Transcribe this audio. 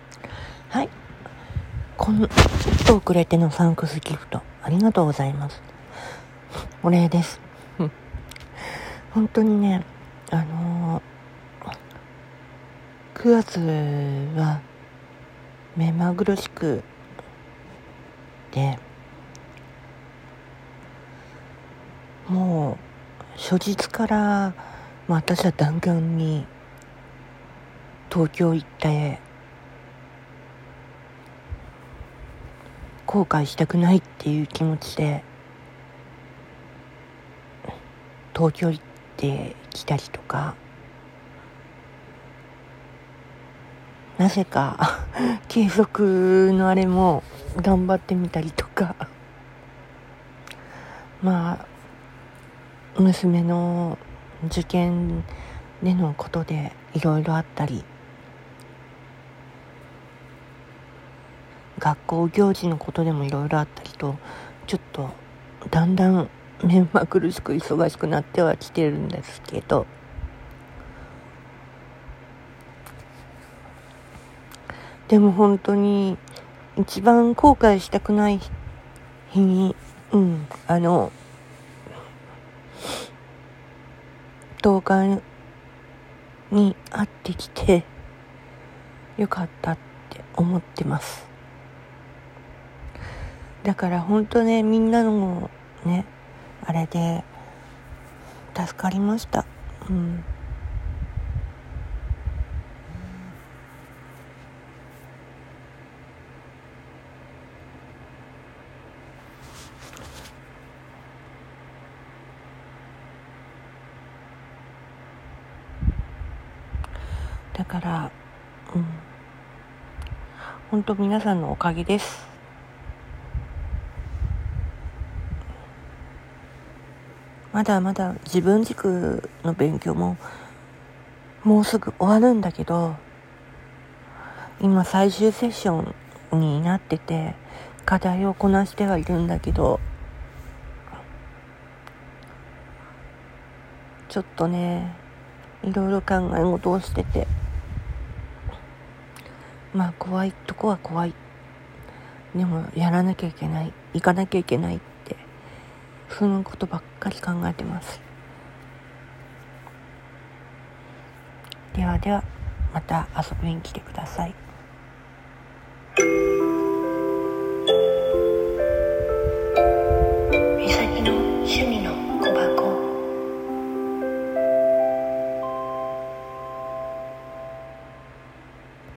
はい、ちょっと遅れてのサンクスギフトありがとうございます。お礼です本当にね、9月は目まぐるしくで、もう初日から私は弾丸に東京行って後悔したくないっていう気持ちで東京行ってきたりとか、なぜか計測のあれも頑張ってみたりとか、娘の受験でのことでいろいろあったり、学校行事のことでもいろいろあったりと、ちょっとだんだん目まぐるしく忙しくなってはきてるんですけど、でも本当に一番後悔したくない日に、10日に会ってきてよかったって思ってます。だから本当ね、みんなのねあれで助かりました。だから本当皆さんのおかげです。まだまだ自分軸の勉強ももうすぐ終わるんだけど、今最終セッションになってて課題をこなしてはいるんだけど、ちょっとねいろいろ考え事をしてて、怖いとこは怖い、でもやらなきゃいけない、行かなきゃいけないって、そのことばっかり考えてます。ではではまた遊びに来てください。